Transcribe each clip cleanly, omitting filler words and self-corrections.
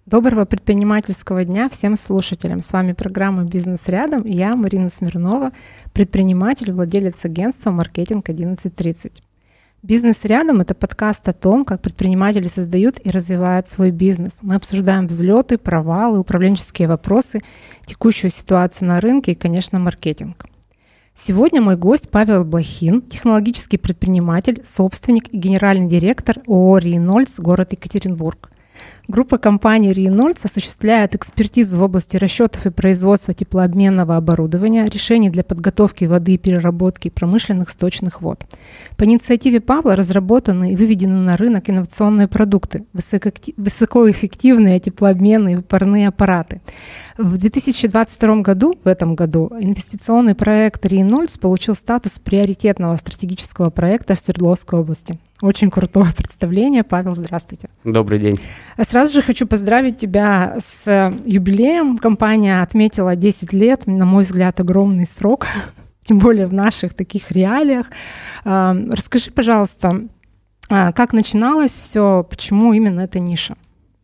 Доброго предпринимательского дня всем слушателям. С вами программа «Бизнес рядом» и я, Марина Смирнова, предприниматель, владелец агентства «Маркетинг 1130». «Бизнес рядом» — это подкаст о том, как предприниматели создают и развивают свой бизнес. Мы обсуждаем взлеты, провалы, управленческие вопросы, текущую ситуацию на рынке и, конечно, маркетинг. Сегодня мой гость Павел Блохин, технологический предприниматель, собственник и генеральный директор ООО «Рейнольдс», город Екатеринбург. Группа компаний «Рейнольдс» осуществляет экспертизу в области расчетов и производства теплообменного оборудования, решений для подготовки воды и переработки промышленных сточных вод. По инициативе Павла разработаны и выведены на рынок инновационные продукты, высокоэффективные теплообменные выпарные аппараты. В 2022 году, в этом году, инвестиционный проект «Рейнольдс» получил статус приоритетного стратегического проекта Свердловской области. Очень крутое представление. Павел, здравствуйте. Добрый день. Сразу же хочу поздравить тебя с юбилеем. Компания отметила 10 лет, на мой взгляд, огромный срок, тем более в наших таких реалиях. Расскажи, пожалуйста, как начиналось все, почему именно эта ниша?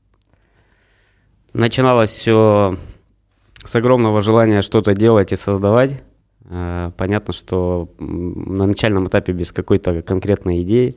Начиналось все с огромного желания что-то делать и создавать. Понятно, что на начальном этапе без какой-то конкретной идеи.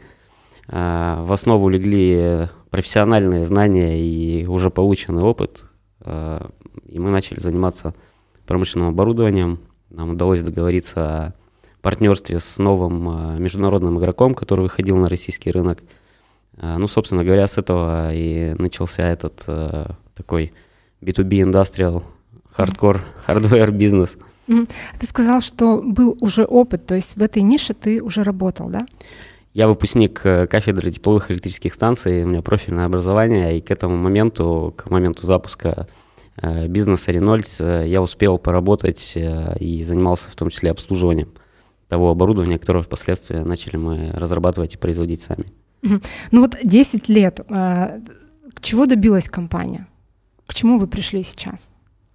В основу легли профессиональные знания и уже полученный опыт. И мы начали заниматься промышленным оборудованием. Нам удалось договориться о партнерстве с новым международным игроком, который выходил на российский рынок. Собственно говоря, с этого и начался этот такой B2B industrial hardware бизнес. Ты сказал, что был уже опыт, то есть в этой нише ты уже работал, да? Я выпускник кафедры тепловых электрических станций, у меня профильное образование, и к моменту запуска бизнеса Рейнольдс я успел поработать и занимался в том числе обслуживанием того оборудования, которое впоследствии начали мы разрабатывать и производить сами. 10 лет. К чему добилась компания? К чему вы пришли сейчас?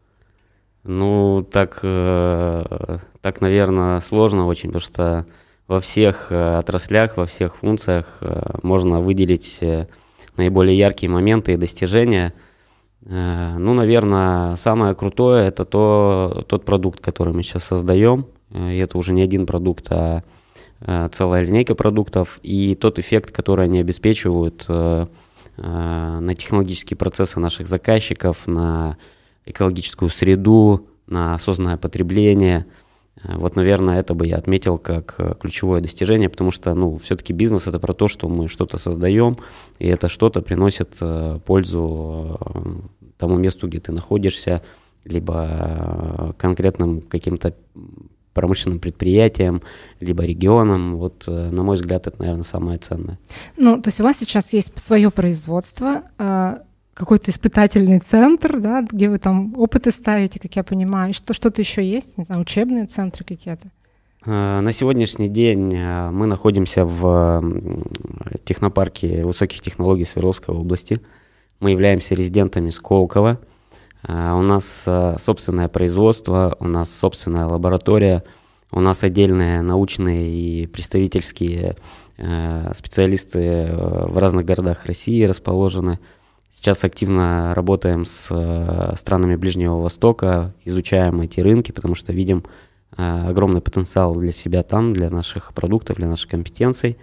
Так, наверное, сложно очень, потому что во всех отраслях, во всех функциях можно выделить наиболее яркие моменты и достижения. Наверное, самое крутое – это тот продукт, который мы сейчас создаем. И это уже не один продукт, а целая линейка продуктов. И тот эффект, который они обеспечивают на технологические процессы наших заказчиков, на экологическую среду, на осознанное потребление. Наверное, это бы я отметил как ключевое достижение, потому что, все-таки бизнес – это про то, что мы что-то создаем, и это что-то приносит пользу тому месту, где ты находишься, либо конкретным каким-то промышленным предприятиям, либо регионам. На мой взгляд, это, наверное, самое ценное. То есть у вас сейчас есть свое производство, какой-то испытательный центр, да, где вы там опыты ставите, как я понимаю. Что-то еще есть? Не знаю, учебные центры какие-то? На сегодняшний день мы находимся в технопарке высоких технологий Свердловской области. Мы являемся резидентами Сколково. У нас собственное производство, у нас собственная лаборатория, у нас отдельные научные и представительские специалисты в разных городах России расположены. Сейчас активно работаем с странами Ближнего Востока, изучаем эти рынки, потому что видим огромный потенциал для себя там, для наших продуктов, для наших компетенций.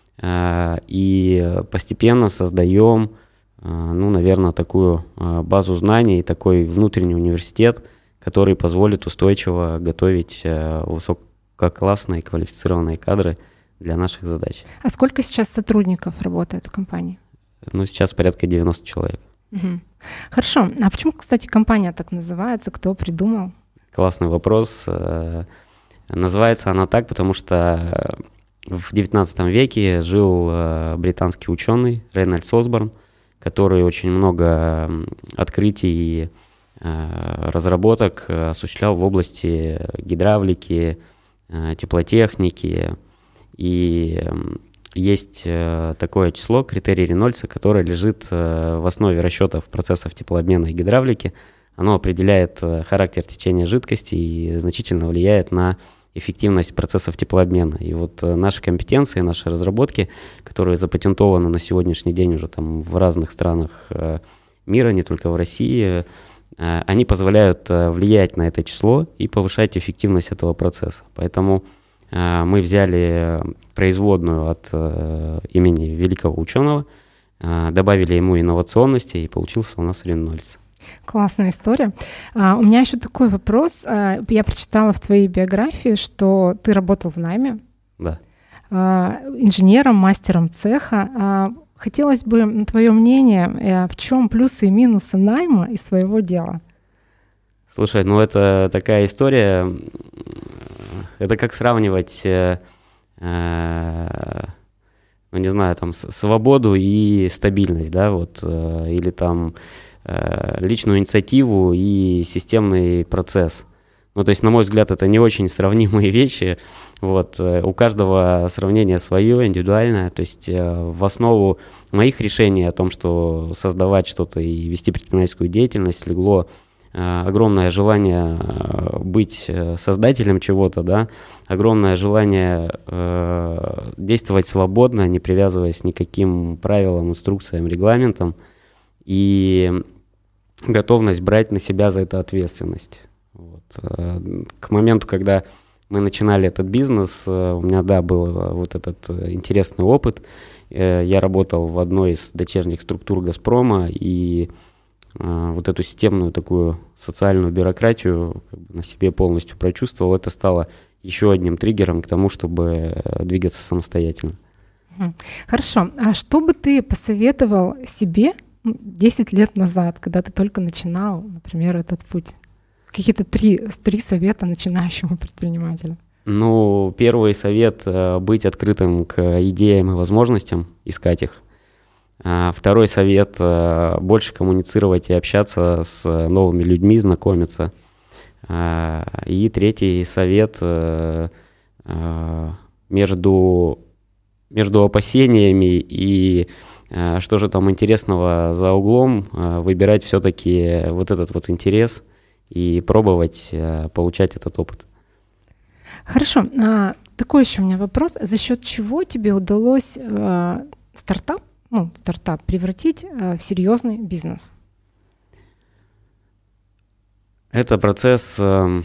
И постепенно создаем, наверное, такую базу знаний, такой внутренний университет, который позволит устойчиво готовить высококлассные квалифицированные кадры для наших задач. А сколько сейчас сотрудников работает в компании? Сейчас порядка 90 человек. Угу. Хорошо. А почему, кстати, компания так называется? Кто придумал? Классный вопрос. Называется она так, потому что в 19 веке жил британский ученый Рейнольдс Осборн, который очень много открытий и разработок осуществлял в области гидравлики, теплотехники. И есть такое число, критерий Рейнольдса, которое лежит в основе расчетов процессов теплообмена и гидравлики. Оно определяет характер течения жидкости и значительно влияет на эффективность процессов теплообмена. И наши компетенции, наши разработки, которые запатентованы на сегодняшний день уже там в разных странах мира, не только в России, они позволяют влиять на это число и повышать эффективность этого процесса. Поэтому мы взяли производную от имени великого ученого, добавили ему инновационности, и получился у нас Ренольдс. Классная история. У меня еще такой вопрос. Я прочитала в твоей биографии, что ты работал в найме. Да. Инженером, мастером цеха. Хотелось бы, на твое мнение, в чем плюсы и минусы найма и своего дела? Слушай, ну это такая история, это как сравнивать, ну не знаю, там свободу и стабильность, да, вот, или там личную инициативу и системный процесс. Ну, то есть, на мой взгляд, это не очень сравнимые вещи. Вот, у каждого сравнение свое, индивидуальное. То есть, в основу моих решений о том, что создавать что-то и вести предпринимательскую деятельность, легло огромное желание быть создателем чего-то, да, огромное желание действовать свободно, не привязываясь ни к каким правилам, инструкциям, регламентам, и готовность брать на себя за это ответственность. Вот. К моменту, когда мы начинали этот бизнес, у меня, да, был вот этот интересный опыт. Я работал в одной из дочерних структур «Газпрома», и вот эту системную такую социальную бюрократию как бы на себе полностью прочувствовал. Это стало еще одним триггером к тому, чтобы двигаться самостоятельно. Хорошо. А что бы ты посоветовал себе 10 лет назад, когда ты только начинал, например, этот путь? Какие-то три совета начинающему предпринимателю. Ну, первый совет — быть открытым к идеям и возможностям, искать их. Второй совет — больше коммуницировать и общаться с новыми людьми, знакомиться. И третий совет — между опасениями и что же там интересного за углом, выбирать все-таки вот этот вот интерес и пробовать получать этот опыт. Хорошо. Такой еще у меня вопрос. За счет чего тебе удалось стартап превратить в серьезный бизнес? Это процесс,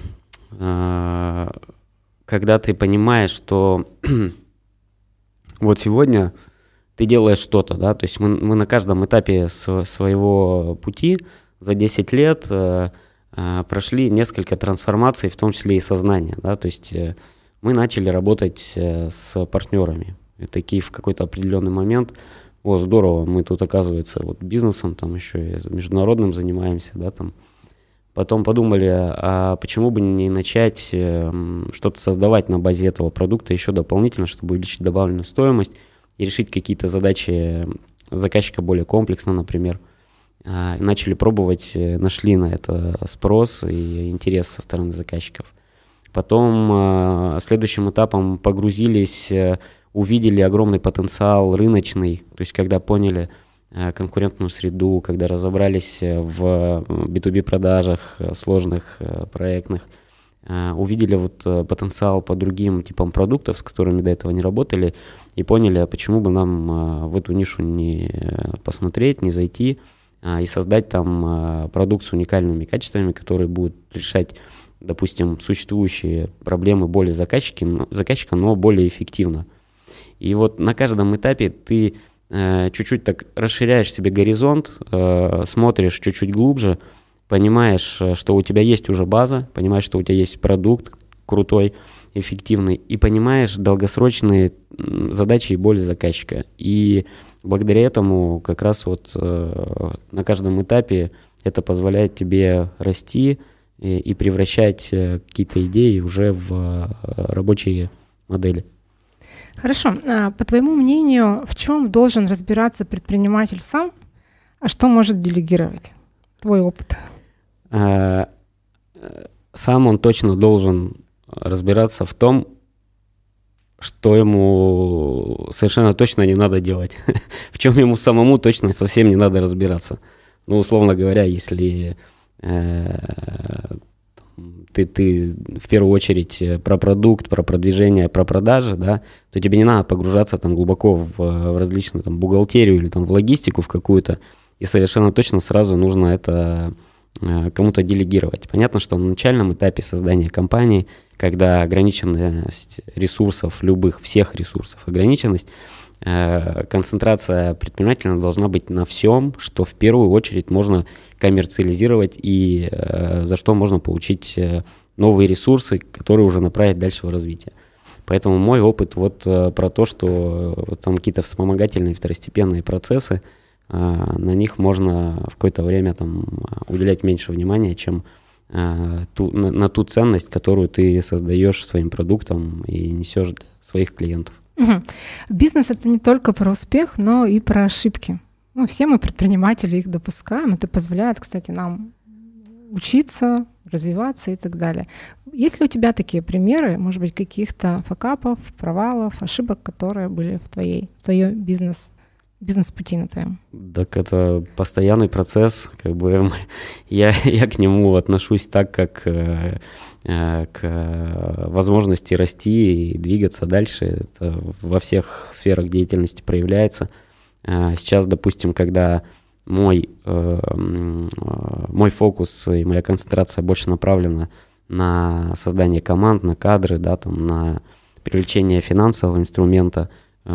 когда ты понимаешь, что вот сегодня ты делаешь что-то, да, то есть мы на каждом этапе своего пути за 10 лет прошли несколько трансформаций, в том числе и сознания, да, то есть мы начали работать с партнерами, и такие в какой-то определенный момент: о, здорово, мы тут, оказывается, вот бизнесом, там еще и международным занимаемся, да, там. Потом подумали, а почему бы не начать что-то создавать на базе этого продукта еще дополнительно, чтобы увеличить добавленную стоимость и решить какие-то задачи заказчика более комплексно, например. Начали пробовать, нашли на это спрос и интерес со стороны заказчиков. Потом следующим этапом погрузились, увидели огромный потенциал рыночный, то есть когда поняли конкурентную среду, когда разобрались в B2B продажах сложных, проектных, увидели вот потенциал по другим типам продуктов, с которыми до этого не работали, и поняли, а почему бы нам в эту нишу не посмотреть, не зайти и создать там продукт с уникальными качествами, который будет решать, допустим, существующие проблемы, боли заказчика, но более эффективно. И вот на каждом этапе ты чуть-чуть так расширяешь себе горизонт, смотришь чуть-чуть глубже, понимаешь, что у тебя есть уже база, понимаешь, что у тебя есть продукт крутой, эффективный, и понимаешь долгосрочные задачи и боли заказчика. И благодаря этому как раз вот на каждом этапе это позволяет тебе расти и превращать какие-то идеи уже в рабочие модели. Хорошо. По твоему мнению, в чем должен разбираться предприниматель сам, а что может делегировать? Твой опыт. Сам он точно должен разбираться в том, что ему совершенно точно не надо делать, в чем ему самому точно совсем не надо разбираться. Ну, условно говоря, если ты в первую очередь про продукт, про продвижение, про продажи, да, то тебе не надо погружаться там глубоко в различную там бухгалтерию или там в логистику в какую-то. и совершенно точно сразу нужно это кому-то делегировать. Понятно, что на начальном этапе создания компании, когда ограниченность ресурсов, всех ресурсов, концентрация предпринимателя должна быть на всем, что в первую очередь можно коммерциализировать и за что можно получить новые ресурсы, которые уже направить дальше в развитие. Поэтому мой опыт про то, что там какие-то вспомогательные второстепенные процессы, на них можно в какое-то время уделять меньше внимания, чем на ту ценность, которую ты создаешь своим продуктом и несешь для своих клиентов. Угу. Бизнес — это не только про успех, но и про ошибки. Все мы, предприниматели, их допускаем. Это позволяет, кстати, нам учиться, развиваться и так далее. Есть ли у тебя такие примеры, может быть, каких-то факапов, провалов, ошибок, которые были в твоем бизнес-пути на твоем? Так это постоянный процесс. Я к нему отношусь так, как к возможности расти и двигаться дальше. Это во всех сферах деятельности проявляется. Сейчас, допустим, когда мой фокус и моя концентрация больше направлена на создание команд, на кадры, на привлечение финансового инструмента.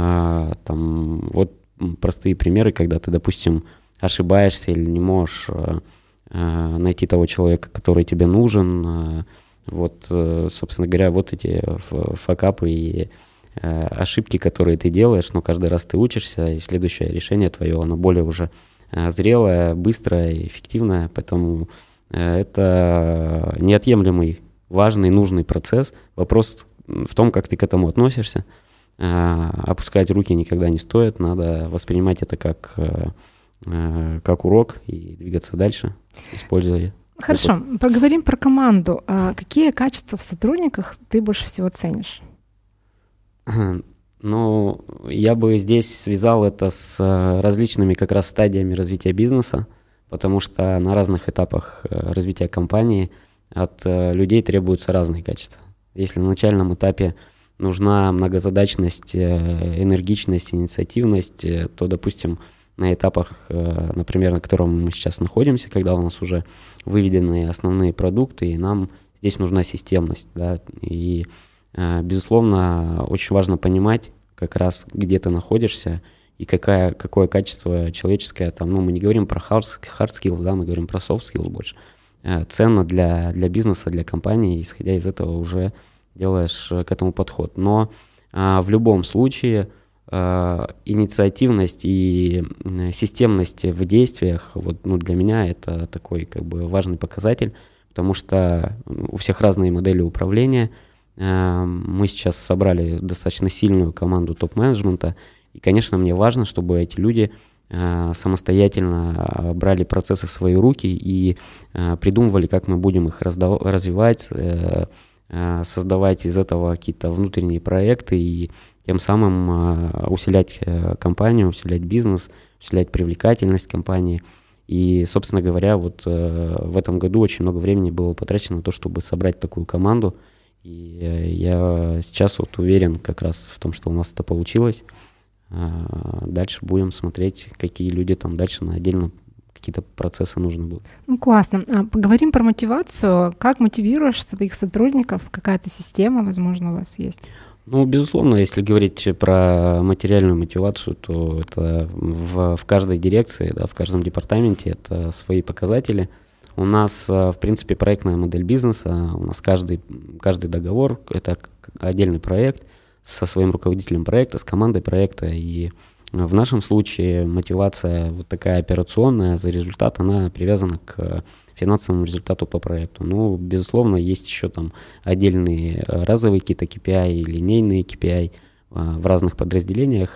Простые примеры, когда ты, допустим, ошибаешься или не можешь найти того человека, который тебе нужен. Собственно говоря, эти факапы и ошибки, которые ты делаешь, но каждый раз ты учишься, и следующее решение твое, оно более уже зрелое, быстрое и эффективное, поэтому это неотъемлемый, важный, нужный процесс. Вопрос в том, как ты к этому относишься. Опускать руки никогда не стоит, надо воспринимать это как урок и двигаться дальше, используя. Хорошо, поговорим про команду. Какие качества в сотрудниках ты больше всего ценишь? Я бы здесь связал это с различными как раз стадиями развития бизнеса, потому что на разных этапах развития компании от людей требуются разные качества. Если на начальном этапе нужна многозадачность, энергичность, инициативность, то, допустим, на этапах, например, на котором мы сейчас находимся, когда у нас уже выведены основные продукты, и нам здесь нужна системность, и безусловно, очень важно понимать как раз, где ты находишься и какое качество человеческое, мы не говорим про hard skills, мы говорим про soft skills больше, ценно для бизнеса, для компании, исходя из этого уже делаешь к этому подход. Но в любом случае инициативность и системность в действиях, для меня это такой важный показатель, потому что у всех разные модели управления. Мы сейчас собрали достаточно сильную команду топ-менеджмента, и, конечно, мне важно, чтобы эти люди самостоятельно брали процессы в свои руки и придумывали, как мы будем их развивать, создавать из этого какие-то внутренние проекты и тем самым усилять компанию, усилять бизнес, усилять привлекательность компании. И, собственно говоря, в этом году очень много времени было потрачено на то, чтобы собрать такую команду. И я сейчас уверен как раз в том, что у нас это получилось. Дальше будем смотреть, какие люди там дальше на отдельно какие-то процессы нужны будут. Классно. Поговорим про мотивацию. Как мотивируешь своих сотрудников? Какая-то система, возможно, у вас есть? Безусловно, если говорить про материальную мотивацию, то это в каждой дирекции, в каждом департаменте это свои показатели. У нас, в принципе, проектная модель бизнеса, у нас каждый договор – это отдельный проект со своим руководителем проекта, с командой проекта. И в нашем случае мотивация такая операционная за результат, она привязана к финансовому результату по проекту. Безусловно, есть еще отдельные разовые какие-то KPI, линейные KPI в разных подразделениях.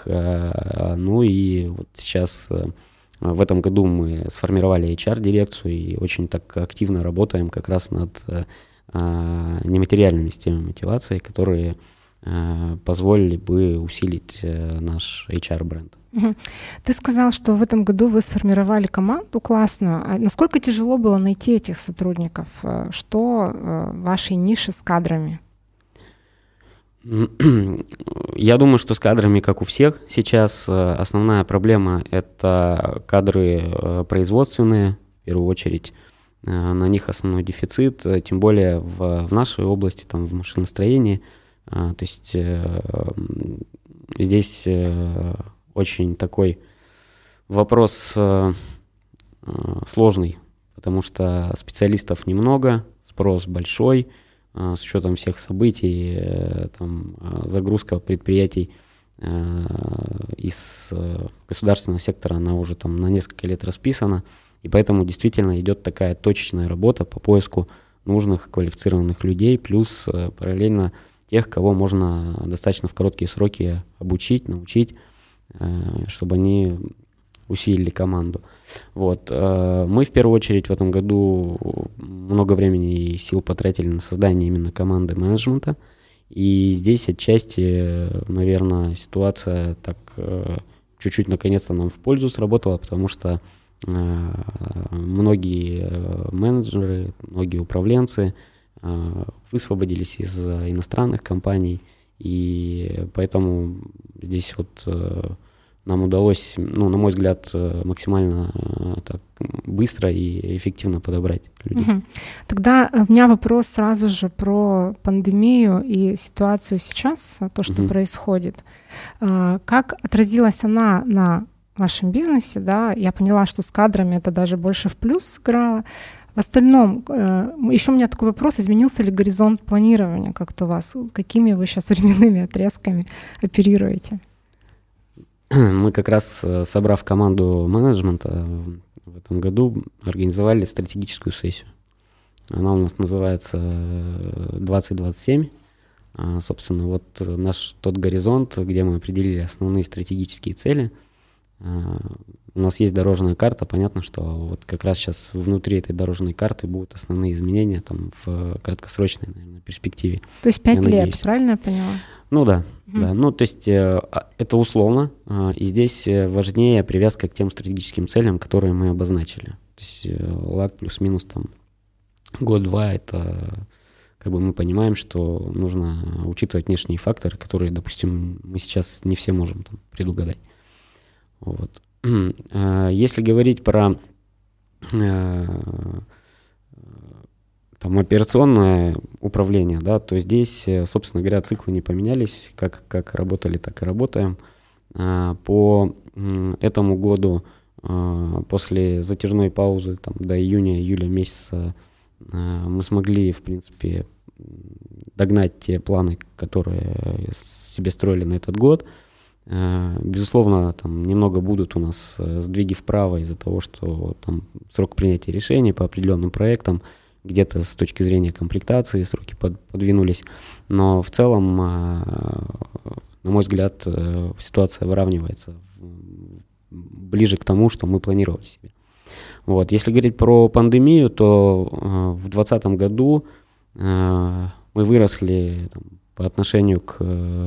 И сейчас в этом году мы сформировали HR-дирекцию и очень так активно работаем как раз над нематериальными системами мотивации, которые позволили бы усилить наш HR-бренд. Ты сказал, что в этом году вы сформировали команду классную. А насколько тяжело было найти этих сотрудников? Что в вашей нише с кадрами? Я думаю, что с кадрами, как у всех, сейчас основная проблема – это кадры производственные, в первую очередь. На них основной дефицит, тем более в нашей области, там, в машиностроении. То есть здесь очень такой вопрос сложный, потому что специалистов немного, спрос большой, с учетом всех событий, там, загрузка предприятий из государственного сектора, она уже там на несколько лет расписана, и поэтому действительно идет такая точечная работа по поиску нужных квалифицированных людей, плюс параллельно тех, кого можно достаточно в короткие сроки обучить, научить, чтобы они усилили команду. Вот. Мы в первую очередь в этом году много времени и сил потратили на создание именно команды менеджмента. И здесь отчасти, наверное, ситуация так чуть-чуть наконец-то нам в пользу сработала, потому что многие менеджеры, многие управленцы высвободились из иностранных компаний, и поэтому здесь вот нам удалось, ну, на мой взгляд, максимально так быстро и эффективно подобрать людей. Тогда у меня вопрос сразу же про пандемию и ситуацию сейчас, то, что происходит. Как отразилась она на вашем бизнесе? Да? Я поняла, что с кадрами это даже больше в плюс сыграло. В остальном, еще у меня такой вопрос, изменился ли горизонт планирования как-то у вас? Какими вы сейчас временными отрезками оперируете? Мы как раз, собрав команду менеджмента в этом году, организовали стратегическую сессию. Она у нас называется 2027. Собственно, вот наш тот горизонт, где мы определили основные стратегические цели. У нас есть дорожная карта, понятно, что вот как раз сейчас внутри этой дорожной карты будут основные изменения там в краткосрочной, наверное, перспективе. То есть 5 лет, правильно я поняла? Ну да, да. Ну, то есть это условно, и здесь важнее привязка к тем стратегическим целям, которые мы обозначили. То есть лаг плюс-минус там год-два, это как бы мы понимаем, что нужно учитывать внешние факторы, которые, допустим, мы сейчас не все можем там предугадать. Вот. Если говорить про там операционное управление, да, то здесь, собственно говоря, циклы не поменялись, как работали, так и работаем. По этому году, после затяжной паузы там, до июня-июля месяца, мы смогли, в принципе, догнать те планы, которые себе строили на этот год. Безусловно, там немного будут у нас сдвиги вправо из-за того, что там срок принятия решений по определенным проектам, где-то с точки зрения комплектации сроки подвинулись, но в целом, на мой взгляд, ситуация выравнивается ближе к тому, что мы планировали себе. Вот. Если говорить про пандемию, то в 2020 году мы выросли там, по отношению к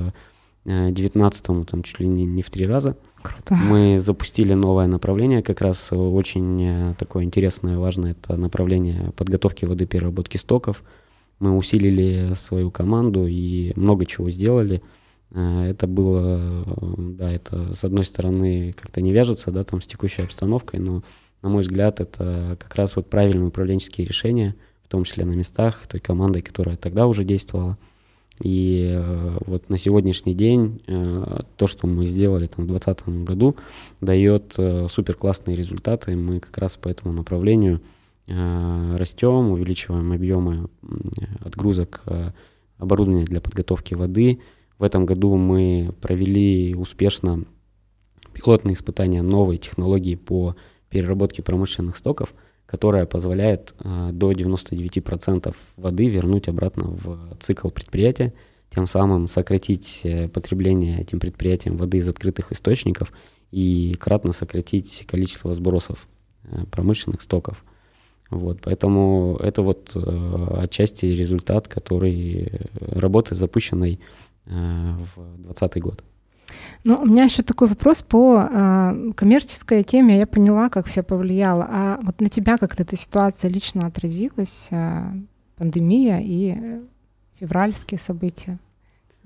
2019 там чуть ли не в 3 раза. Круто. Мы запустили новое направление, как раз очень такое интересное, важное, это направление подготовки воды, переработки стоков. Мы усилили свою команду и много чего сделали. Это было, да, это с одной стороны как-то не вяжется, да, там с текущей обстановкой, но, на мой взгляд, это как раз вот правильные управленческие решения, в том числе на местах, той командой, которая тогда уже действовала. И вот на сегодняшний день то, что мы сделали там, в 2020 году, дает супер классные результаты. Мы как раз по этому направлению растем, увеличиваем объемы отгрузок оборудования для подготовки воды. В этом году мы провели успешно пилотные испытания новой технологии по переработке промышленных стоков, которая позволяет до 99% воды вернуть обратно в цикл предприятия, тем самым сократить потребление этим предприятием воды из открытых источников и кратно сократить количество сбросов промышленных стоков. Вот, поэтому это вот отчасти результат, который работы, запущенной в 2020 год. Ну, у меня еще такой вопрос по коммерческой теме. Я поняла, как все повлияло. А вот на тебя как-то эта ситуация лично отразилась, пандемия и февральские события?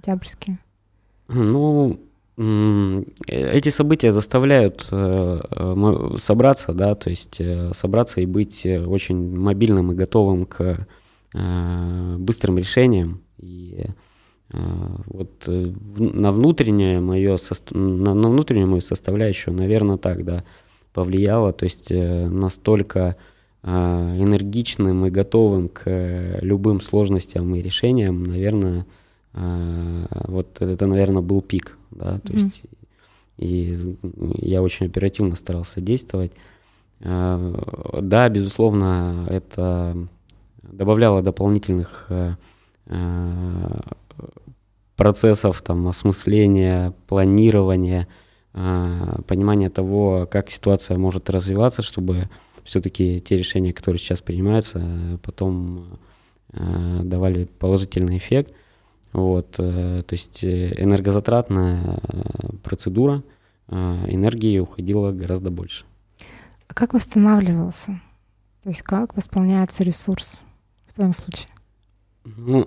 октябрьские? Ну, эти события заставляют собраться, да, то есть собраться и быть очень мобильным и готовым к быстрым решениям. И вот на внутреннюю мою составляющую, наверное, так, да, повлияло, то есть настолько энергичным и готовым к любым сложностям и решениям, наверное, вот это, наверное, был пик, да, то есть и я очень оперативно старался действовать. Да, безусловно, это добавляло дополнительных процессов, там, осмысления, планирования, понимания того, как ситуация может развиваться, чтобы все-таки те решения, которые сейчас принимаются, потом давали положительный эффект. Вот, то есть энергозатратная процедура, энергии уходило гораздо больше. А как восстанавливался? То есть как восполняется ресурс в твоем случае? Ну,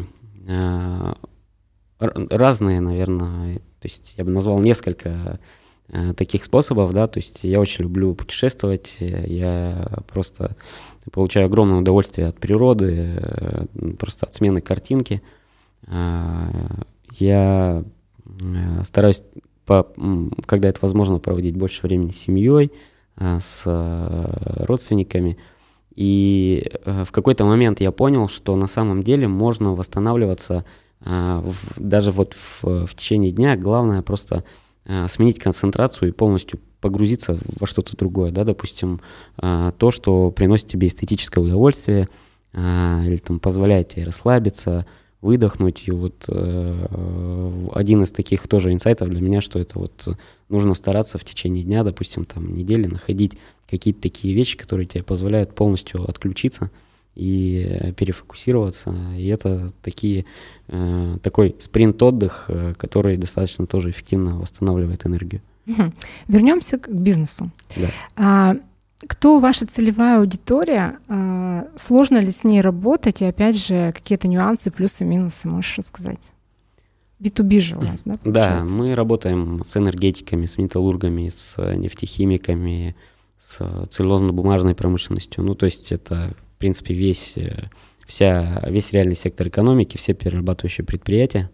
разные, наверное, то есть я бы назвал несколько таких способов, да, то есть я очень люблю путешествовать, я просто получаю огромное удовольствие от природы, просто от смены картинки. Я стараюсь, когда это возможно, проводить больше времени с семьей, с родственниками. И в какой-то момент я понял, что на самом деле можно восстанавливаться даже вот в течение дня. Главное просто сменить концентрацию и полностью погрузиться во что-то другое. Да? Допустим, то, что приносит тебе эстетическое удовольствие или там, позволяет тебе расслабиться, выдохнуть. И вот один из таких тоже инсайтов для меня, что это вот нужно стараться в течение дня, допустим, там, недели находить какие-то такие вещи, которые тебе позволяют полностью отключиться и перефокусироваться. И это такой спринт-отдых, который достаточно тоже эффективно восстанавливает энергию. Вернемся к бизнесу. Да. Кто ваша целевая аудитория? Сложно ли с ней работать? И опять же, какие-то нюансы, плюсы, минусы можешь рассказать? B2B же у нас, да? Да, мы работаем с энергетиками, с металлургами, с нефтехимиками, с целлюлозно-бумажной промышленностью. Ну, то есть это, в принципе, весь реальный сектор экономики, все перерабатывающие предприятия.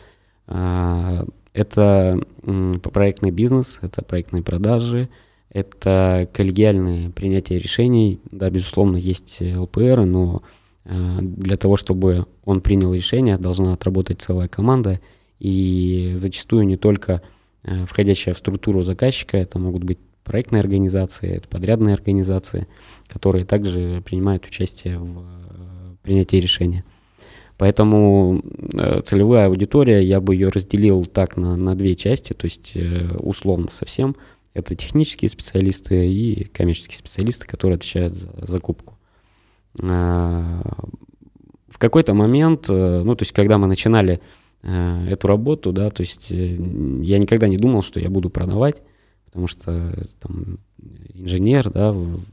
Это проектный бизнес, это проектные продажи, это коллегиальное принятие решений. Да, безусловно, есть ЛПР, но для того, чтобы он принял решение, должна отработать целая команда. И зачастую не только входящая в структуру заказчика, это могут быть проектные организации, это подрядные организации, которые также принимают участие в принятии решения. Поэтому целевая аудитория, я бы ее разделил так на две части, то есть условно совсем. Это технические специалисты и коммерческие специалисты, которые отвечают за закупку. В какой-то момент, ну, то есть когда мы начинали эту работу, да, то есть я никогда не думал, что я буду продавать, потому что там инженер, да,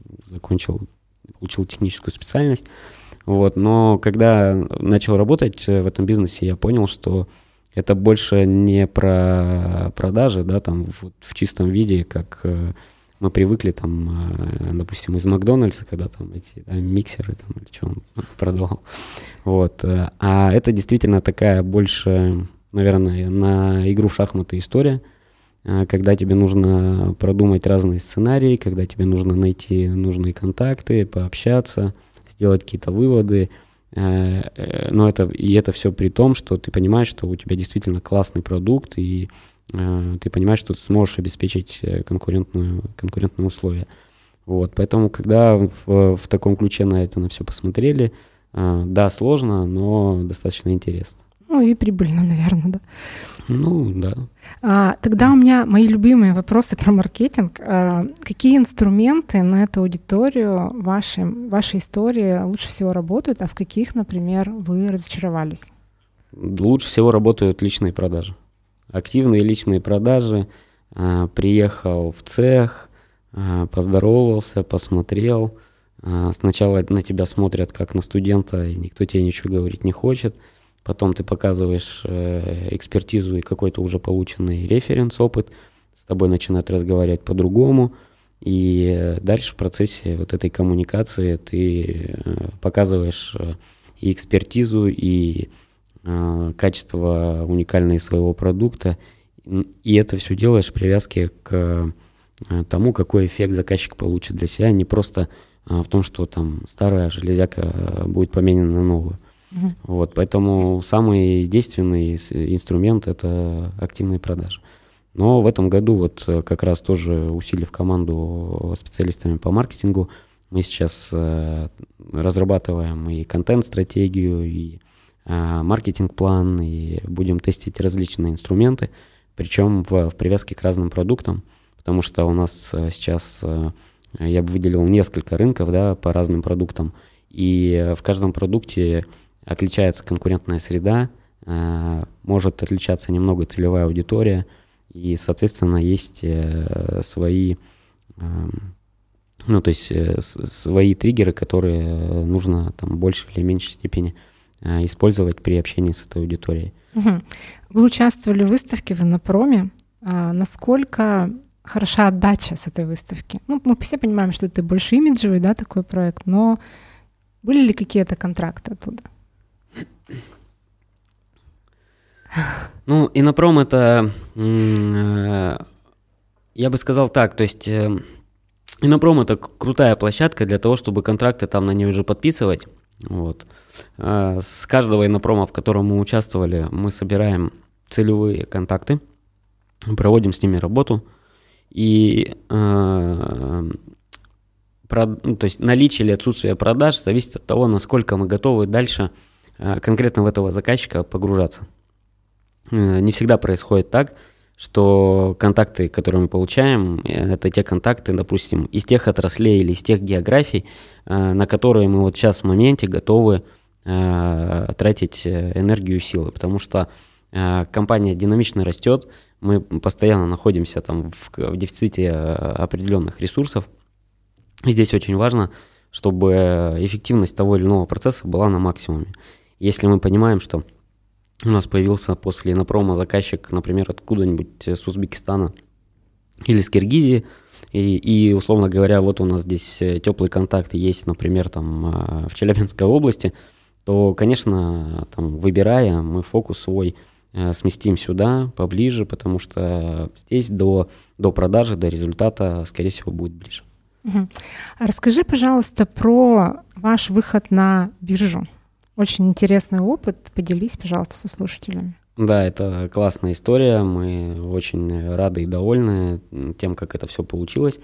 получил техническую специальность, вот, но когда начал работать в этом бизнесе, я понял, что это больше не про продажи, да, там в чистом виде, как мы привыкли, там, допустим, из Макдональдса, когда там эти миксеры там, или что он продавал. Вот. А это действительно такая больше, наверное, на игру в шахматы история, когда тебе нужно продумать разные сценарии, когда тебе нужно найти нужные контакты, пообщаться, сделать какие-то выводы. Но это все при том, что ты понимаешь, что у тебя действительно классный продукт, и ты понимаешь, что ты сможешь обеспечить конкурентные условия. Вот, поэтому, когда в таком ключе на все посмотрели, да, сложно, но достаточно интересно. Ну и прибыльно, наверное, да. Ну, да. Тогда у меня мои любимые вопросы про маркетинг. Какие инструменты на эту аудиторию вашей истории лучше всего работают, а в каких, например, вы разочаровались? Лучше всего работают личные продажи. Активные личные продажи. Приехал в цех, поздоровался, посмотрел. Сначала на тебя смотрят как на студента, и никто тебе ничего говорить не хочет. потом ты показываешь экспертизу и какой-то уже полученный референс-опыт, с тобой начинают разговаривать по-другому, и дальше в процессе вот этой коммуникации ты показываешь и экспертизу, и качество уникальное своего продукта, и это все делаешь в привязке к тому, какой эффект заказчик получит для себя, не просто в том, что там старая железяка будет поменена на новую. Вот, поэтому самый действенный инструмент – это активные продажи. Но в этом году вот как раз тоже усилив команду специалистами по маркетингу, мы сейчас разрабатываем и контент-стратегию, и маркетинг-план, и будем тестить различные инструменты, причем в привязке к разным продуктам, потому что у нас сейчас, я бы выделил несколько рынков, да, по разным продуктам, и в каждом продукте отличается конкурентная среда, может отличаться немного целевая аудитория, и, соответственно, есть свои, свои триггеры, которые нужно там в большей или меньшей степени использовать при общении с этой аудиторией. Вы участвовали в выставке в Иннопроме. Насколько хороша отдача с этой выставки? Ну, мы все понимаем, что это больше имиджевый, да, такой проект, но были ли какие-то контракты оттуда? Ну, Иннопром — это, я бы сказал так, то есть Иннопром — это крутая площадка для того, чтобы контракты там на ней уже подписывать. Вот. С каждого Иннопрома, в котором мы участвовали, мы собираем целевые контакты, проводим с ними работу, и то есть наличие или отсутствие продаж зависит от того, насколько мы готовы дальше конкретно в этого заказчика погружаться. Не всегда происходит так, что контакты, которые мы получаем, это те контакты, допустим, из тех отраслей или из тех географий, на которые мы вот сейчас в моменте готовы тратить энергию и силы, потому что компания динамично растет, мы постоянно находимся там в дефиците определенных ресурсов. И здесь очень важно, чтобы эффективность того или иного процесса была на максимуме. Если мы понимаем, что у нас появился после Иннопрома заказчик, например, откуда-нибудь с Узбекистана или с Киргизии, и условно говоря, вот у нас здесь теплый контакт есть, например, там в Челябинской области, то, конечно, там, выбирая, мы фокус свой сместим сюда, поближе, потому что здесь до продажи, до результата, скорее всего, будет ближе. Расскажи, пожалуйста, про ваш выход на биржу. Очень интересный опыт. Поделись, пожалуйста, со слушателями. Да, это классная история. Мы очень рады и довольны тем, как это все получилось.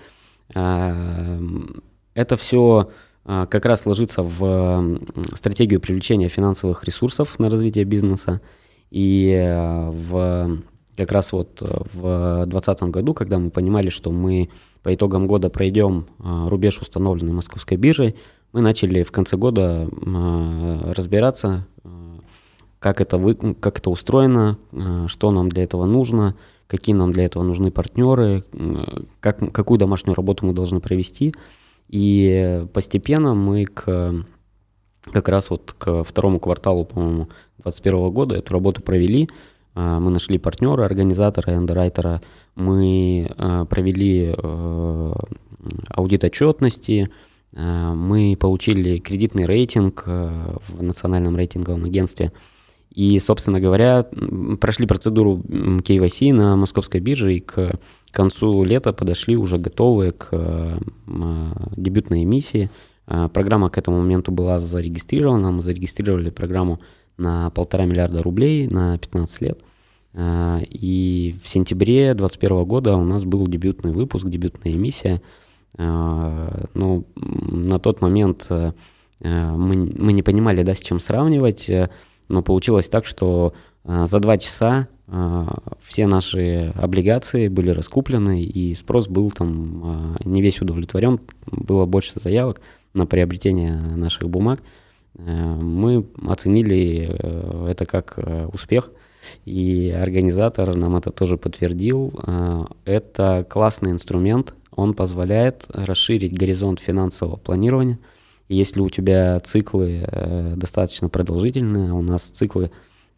Это все как раз ложится в стратегию привлечения финансовых ресурсов на развитие бизнеса. И как раз вот в 2020 году, когда мы понимали, что мы по итогам года пройдем рубеж, установленный Московской биржей, мы начали в конце года разбираться, как это устроено, что нам для этого нужно, какие нам для этого нужны партнеры, какую домашнюю работу мы должны провести. И постепенно мы как раз вот к второму кварталу, по-моему, 2021 года эту работу провели. Мы нашли партнера, организатора, андеррайтера, мы провели аудит отчетности, мы получили кредитный рейтинг в Национальном рейтинговом агентстве и, собственно говоря, прошли процедуру KYC на Московской бирже и к концу лета подошли уже готовые к дебютной эмиссии. Программа к этому моменту была зарегистрирована, мы зарегистрировали программу на 1,5 миллиарда рублей на 15 лет. И в сентябре 2021 года у нас был дебютный выпуск, дебютная эмиссия. Ну, на тот момент мы не понимали, да, с чем сравнивать, но получилось так, что за 2 часа все наши облигации были раскуплены, и спрос был там не весь удовлетворен, было больше заявок на приобретение наших бумаг. Мы оценили это как успех, и организатор нам это тоже подтвердил. Это классный инструмент, он позволяет расширить горизонт финансового планирования. И если у тебя циклы достаточно продолжительные, у нас циклы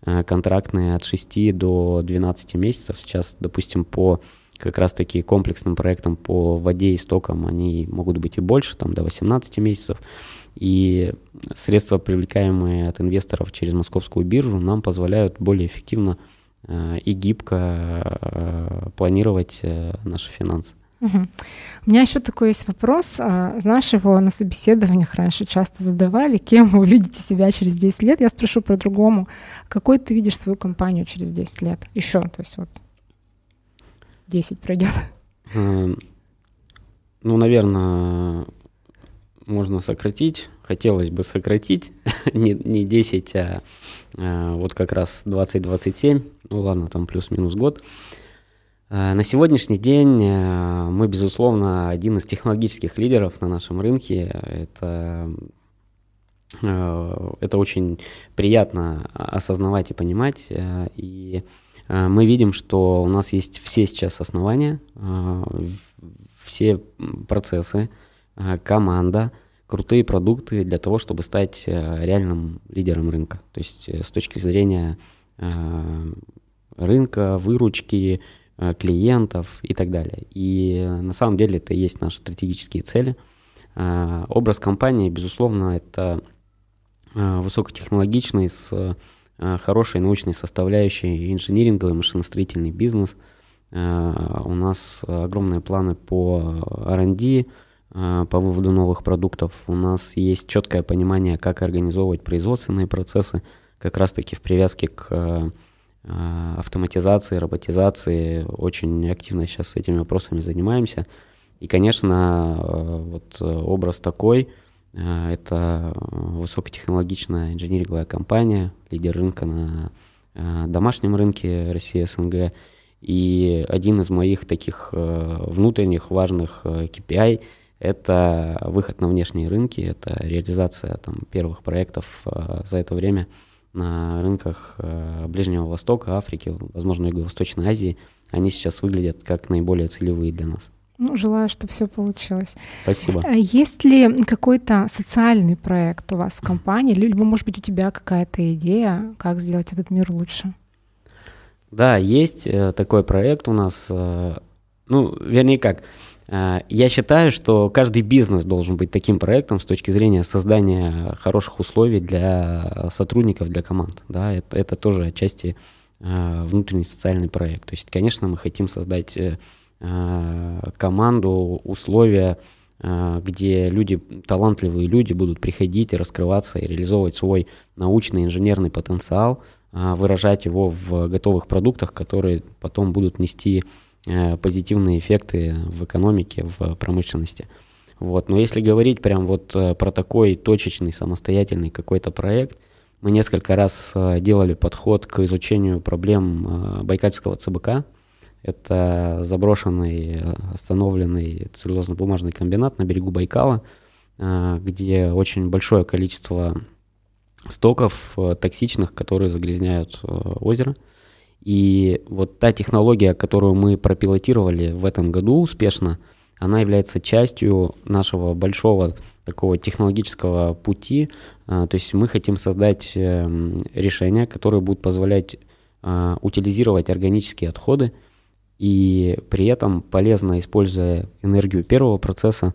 контрактные от 6 до 12 месяцев. Сейчас, допустим, по как раз-таки комплексным проектам по воде и стокам они могут быть и больше, там до 18 месяцев. И средства, привлекаемые от инвесторов через московскую биржу, нам позволяют более эффективно и гибко планировать наши финансы. Угу. У меня еще такой есть вопрос. Знаешь, его на собеседованиях раньше часто задавали. Кем вы видите себя через 10 лет? Я спрошу по-другому. Какой ты видишь свою компанию через 10 лет? Еще, то есть вот 10 пройдет. Ну, наверное, можно сократить. Хотелось бы сократить. не 10, а вот как раз 20-27. Ну ладно, там плюс-минус год. На сегодняшний день мы, безусловно, один из технологических лидеров на нашем рынке. Это очень приятно осознавать и понимать. И мы видим, что у нас есть все сейчас основания, все процессы, команда, крутые продукты для того, чтобы стать реальным лидером рынка. То есть с точки зрения рынка, выручки, клиентов и так далее. И на самом деле это и есть наши стратегические цели. Образ компании, безусловно, это высокотехнологичный, с хорошей научной составляющей инжиниринговый, машиностроительный бизнес. У нас огромные планы по R&D, по выводу новых продуктов. У нас есть четкое понимание, как организовывать производственные процессы, как раз-таки в привязке к автоматизации, роботизации. Очень активно сейчас этими вопросами занимаемся. И, конечно, вот образ такой – это высокотехнологичная инжиниринговая компания, лидер рынка на домашнем рынке России, СНГ. И один из моих таких внутренних важных KPI – это выход на внешние рынки, это реализация там первых проектов за это время на рынках Ближнего Востока, Африки, возможно, Юго-Восточной Азии. Они сейчас выглядят как наиболее целевые для нас. Ну, желаю, чтобы все получилось. Спасибо. Есть ли какой-то социальный проект у вас в компании, либо, может быть, у тебя какая-то идея, как сделать этот мир лучше? Да, есть такой проект у нас. Ну, вернее как, я считаю, что каждый бизнес должен быть таким проектом с точки зрения создания хороших условий для сотрудников, для команд. Да, это тоже отчасти внутренний социальный проект. То есть, конечно, мы хотим создать команду, условия, где люди, талантливые люди будут приходить и раскрываться и реализовывать свой научный инженерный потенциал, выражать его в готовых продуктах, которые потом будут нести позитивные эффекты в экономике, в промышленности. Вот. Но если говорить прям вот про такой точечный, самостоятельный какой-то проект, мы несколько раз делали подход к изучению проблем Байкальского ЦБК. Это заброшенный, остановленный целлюлозно-бумажный комбинат на берегу Байкала, где очень большое количество стоков токсичных, которые загрязняют озеро. И вот та технология, которую мы пропилотировали в этом году успешно, она является частью нашего большого такого технологического пути. То есть мы хотим создать решения, которые будут позволять утилизировать органические отходы, и при этом полезно, используя энергию первого процесса,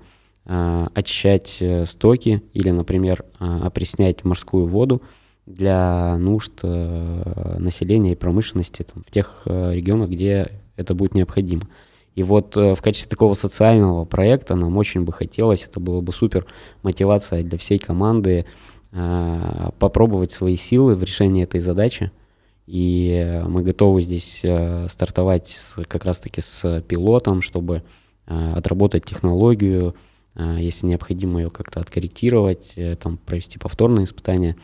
очищать стоки или, например, опреснять морскую воду для нужд населения и промышленности в тех регионах, где это будет необходимо. И вот в качестве такого социального проекта нам очень бы хотелось, это было бы супер мотивация для всей команды, попробовать свои силы в решении этой задачи. И мы готовы здесь стартовать как раз-таки с пилотом, чтобы отработать технологию, если необходимо ее как-то откорректировать, там, провести повторные испытания.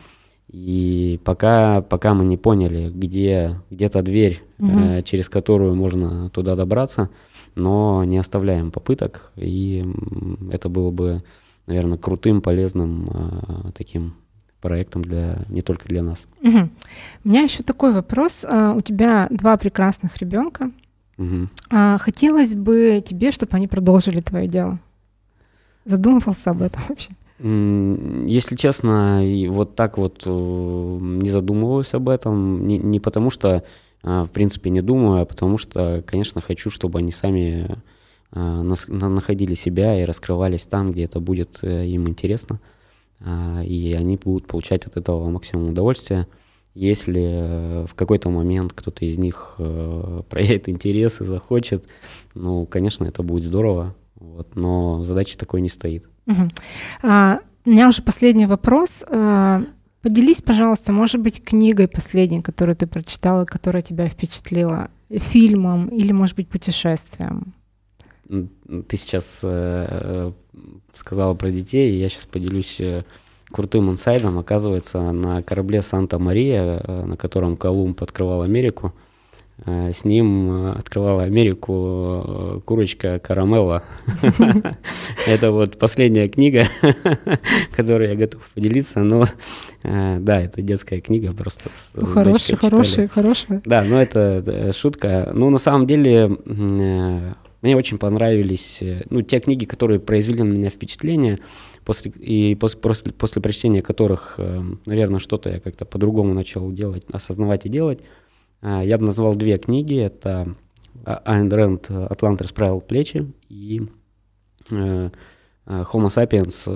И пока мы не поняли, где-то дверь, через которую можно туда добраться, но не оставляем попыток. И это было бы, наверное, крутым, полезным таким проектом не только для нас. Угу. У меня еще такой вопрос. У тебя 2 прекрасных ребенка. Угу. Хотелось бы тебе, чтобы они продолжили твое дело. Задумывался об этом вообще? Если честно, и вот так вот не задумываюсь об этом, не потому что, в принципе, не думаю, а потому что, конечно, хочу, чтобы они сами находили себя и раскрывались там, где это будет им интересно, и они будут получать от этого максимум удовольствия. Если в какой-то момент кто-то из них проявит интерес и захочет, ну, конечно, это будет здорово, вот, но задачи такой не стоит. Угу. У меня уже последний вопрос. Поделись, пожалуйста, может быть, книгой последней, которую ты прочитала, которая тебя впечатлила, фильмом или, может быть, путешествием? Ты сейчас сказала про детей, и я сейчас поделюсь крутым инсайдом. Оказывается, на корабле «Санта-Мария», на котором Колумб открывал Америку, с ним открывала Америку курочка Карамелла. Это вот последняя книга, которой я готов поделиться. Но да, это детская книга, просто. Хорошая. Да, но это шутка. Ну, на самом деле, мне очень понравились те книги, которые произвели на меня впечатление, после прочтения которых, наверное, что-то я как-то по-другому начал делать, осознавать и делать. Я бы назвал две книги. Это Айн Рэнд «Атлант расправил плечи» и Homo sapiens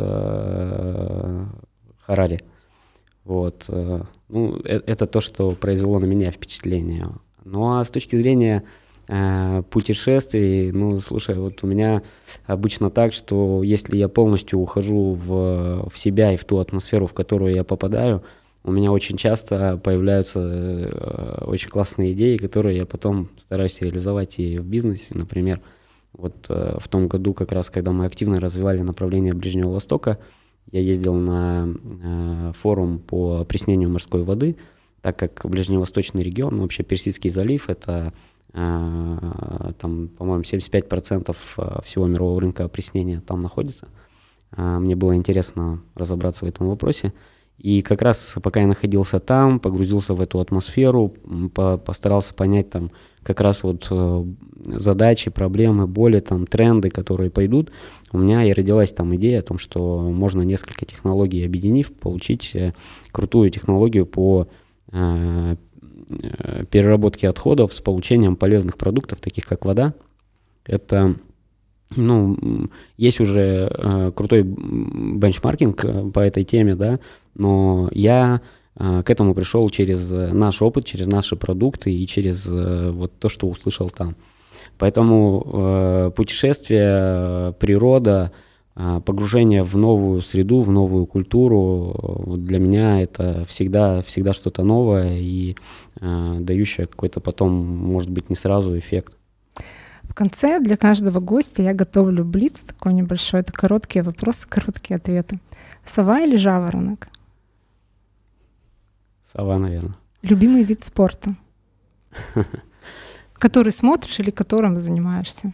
Харари. Вот. Это то, что произвело на меня впечатление. Ну а с точки зрения путешествий, слушай, вот у меня обычно так, что если я полностью ухожу в себя и в ту атмосферу, в которую я попадаю, у меня очень часто появляются очень классные идеи, которые я потом стараюсь реализовать и в бизнесе. Например, вот в том году, как раз, когда мы активно развивали направление Ближнего Востока, я ездил на форум по опреснению морской воды, так как ближневосточный регион, вообще Персидский залив, это там, по-моему, 75% всего мирового рынка опреснения там находится. Мне было интересно разобраться в этом вопросе. И как раз пока я находился там, погрузился в эту атмосферу, постарался понять там как раз вот задачи, проблемы, боли, там тренды, которые пойдут, у меня и родилась там идея о том, что можно несколько технологий объединив, получить крутую технологию по переработке отходов с получением полезных продуктов, таких как вода. Это есть уже крутой бенчмаркинг по этой теме, да, но я к этому пришел через наш опыт, через наши продукты и через вот то, что услышал там. Поэтому путешествие, природа, погружение в новую среду, в новую культуру, для меня это всегда что-то новое и дающее какой-то потом, может быть, не сразу эффект. В конце для каждого гостя я готовлю блиц такой небольшой. Это короткие вопросы, короткие ответы. Сова или жаворонок? Сова, наверное. Любимый вид спорта? Который смотришь или которым занимаешься?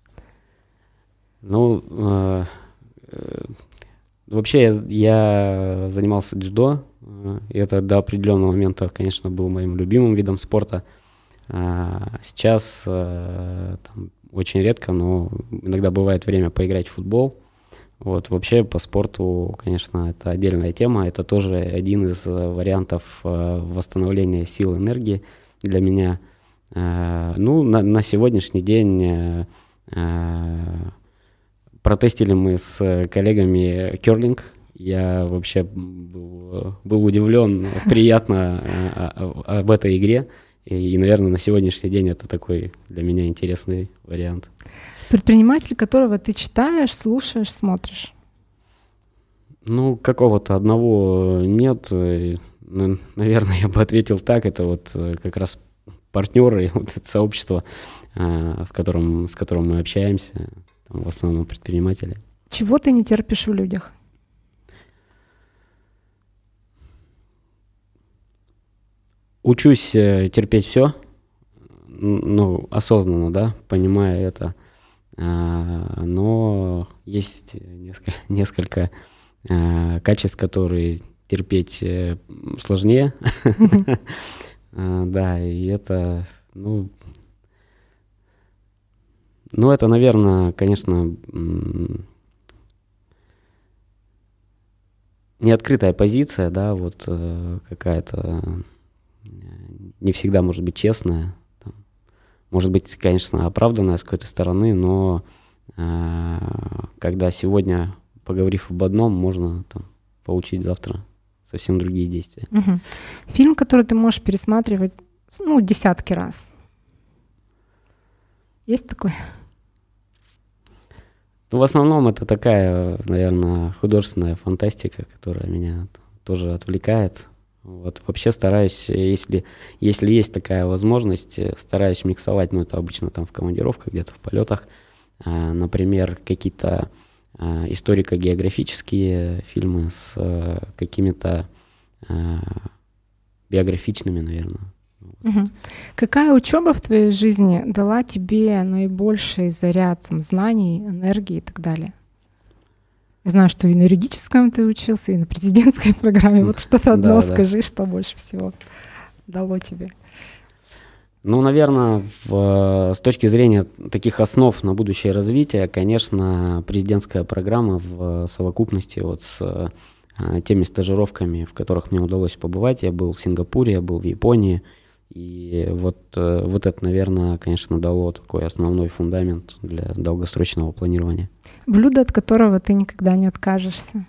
Вообще я занимался дзюдо. И это до определенного момента, конечно, был моим любимым видом спорта. Сейчас там, очень редко, но иногда бывает время поиграть в футбол. Вот, вообще по спорту, конечно, это отдельная тема. Это тоже один из вариантов восстановления сил и энергии для меня. На сегоддующий день протестили мы с коллегами керлинг. Я вообще был удивлен, приятно об этой игре. И, наверное, на сегодняшний день это такой для меня интересный вариант. Предприниматель, которого ты читаешь, слушаешь, смотришь? Какого-то одного нет. Наверное, я бы ответил так. Это вот как раз партнеры, вот это сообщество, с которым мы общаемся, там, в основном предприниматели. Чего ты не терпишь в людях? Учусь терпеть все, осознанно, да, понимая это. Но есть несколько качеств, которые терпеть сложнее. Да, и это, это, наверное, конечно, неоткрытая позиция, да, вот какая-то не всегда может быть честная, там, может быть, конечно, оправданная с какой-то стороны, но когда сегодня, поговорив об одном, можно там получить завтра совсем другие действия. Угу. Фильм, который ты можешь пересматривать, десятки раз. Есть такой? В основном это такая, наверное, художественная фантастика, которая меня тоже отвлекает. Вот. Вообще стараюсь, если есть такая возможность, стараюсь миксовать, это обычно там в командировках, где-то в полетах, например, какие-то историко-географические фильмы с какими-то биографичными, наверное. Угу. Какая учеба в твоей жизни дала тебе наибольший заряд знаний, энергии и так далее? Я знаю, что и на юридическом ты учился, и на президентской программе. Вот что-то одно скажи, что больше всего дало тебе. Наверное, с точки зрения таких основ на будущее развитие, конечно, президентская программа в совокупности с теми стажировками, в которых мне удалось побывать. Я был в Сингапуре, я был в Японии. И вот это, наверное, конечно, дало такой основной фундамент для долгосрочного планирования. Блюдо, от которого ты никогда не откажешься?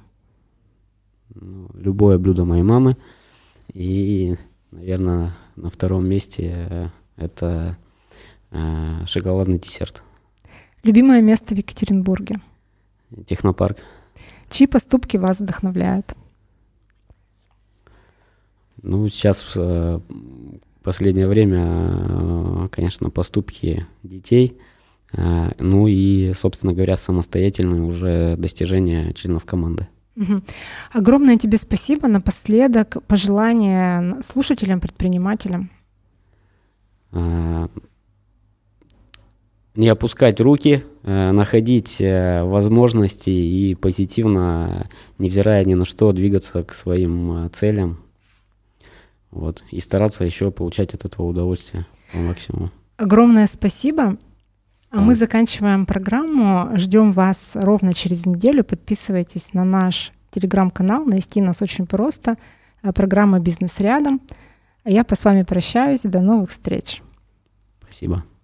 Любое блюдо моей мамы. И, наверное, на втором месте это шоколадный десерт. Любимое место в Екатеринбурге? Технопарк. Чьи поступки вас вдохновляют? Сейчас в последнее время, конечно, поступки детей, и, собственно говоря, самостоятельные уже достижения членов команды. Угу. Огромное тебе спасибо. Напоследок пожелания слушателям, предпринимателям. Не опускать руки, находить возможности и позитивно, невзирая ни на что, двигаться к своим целям. И стараться еще получать от этого удовольствие по максимуму. Огромное спасибо. Мы заканчиваем программу. Ждем вас ровно через неделю. Подписывайтесь на наш телеграм-канал. Найти нас очень просто. Программа «Бизнес рядом». Я с вами прощаюсь. До новых встреч. Спасибо.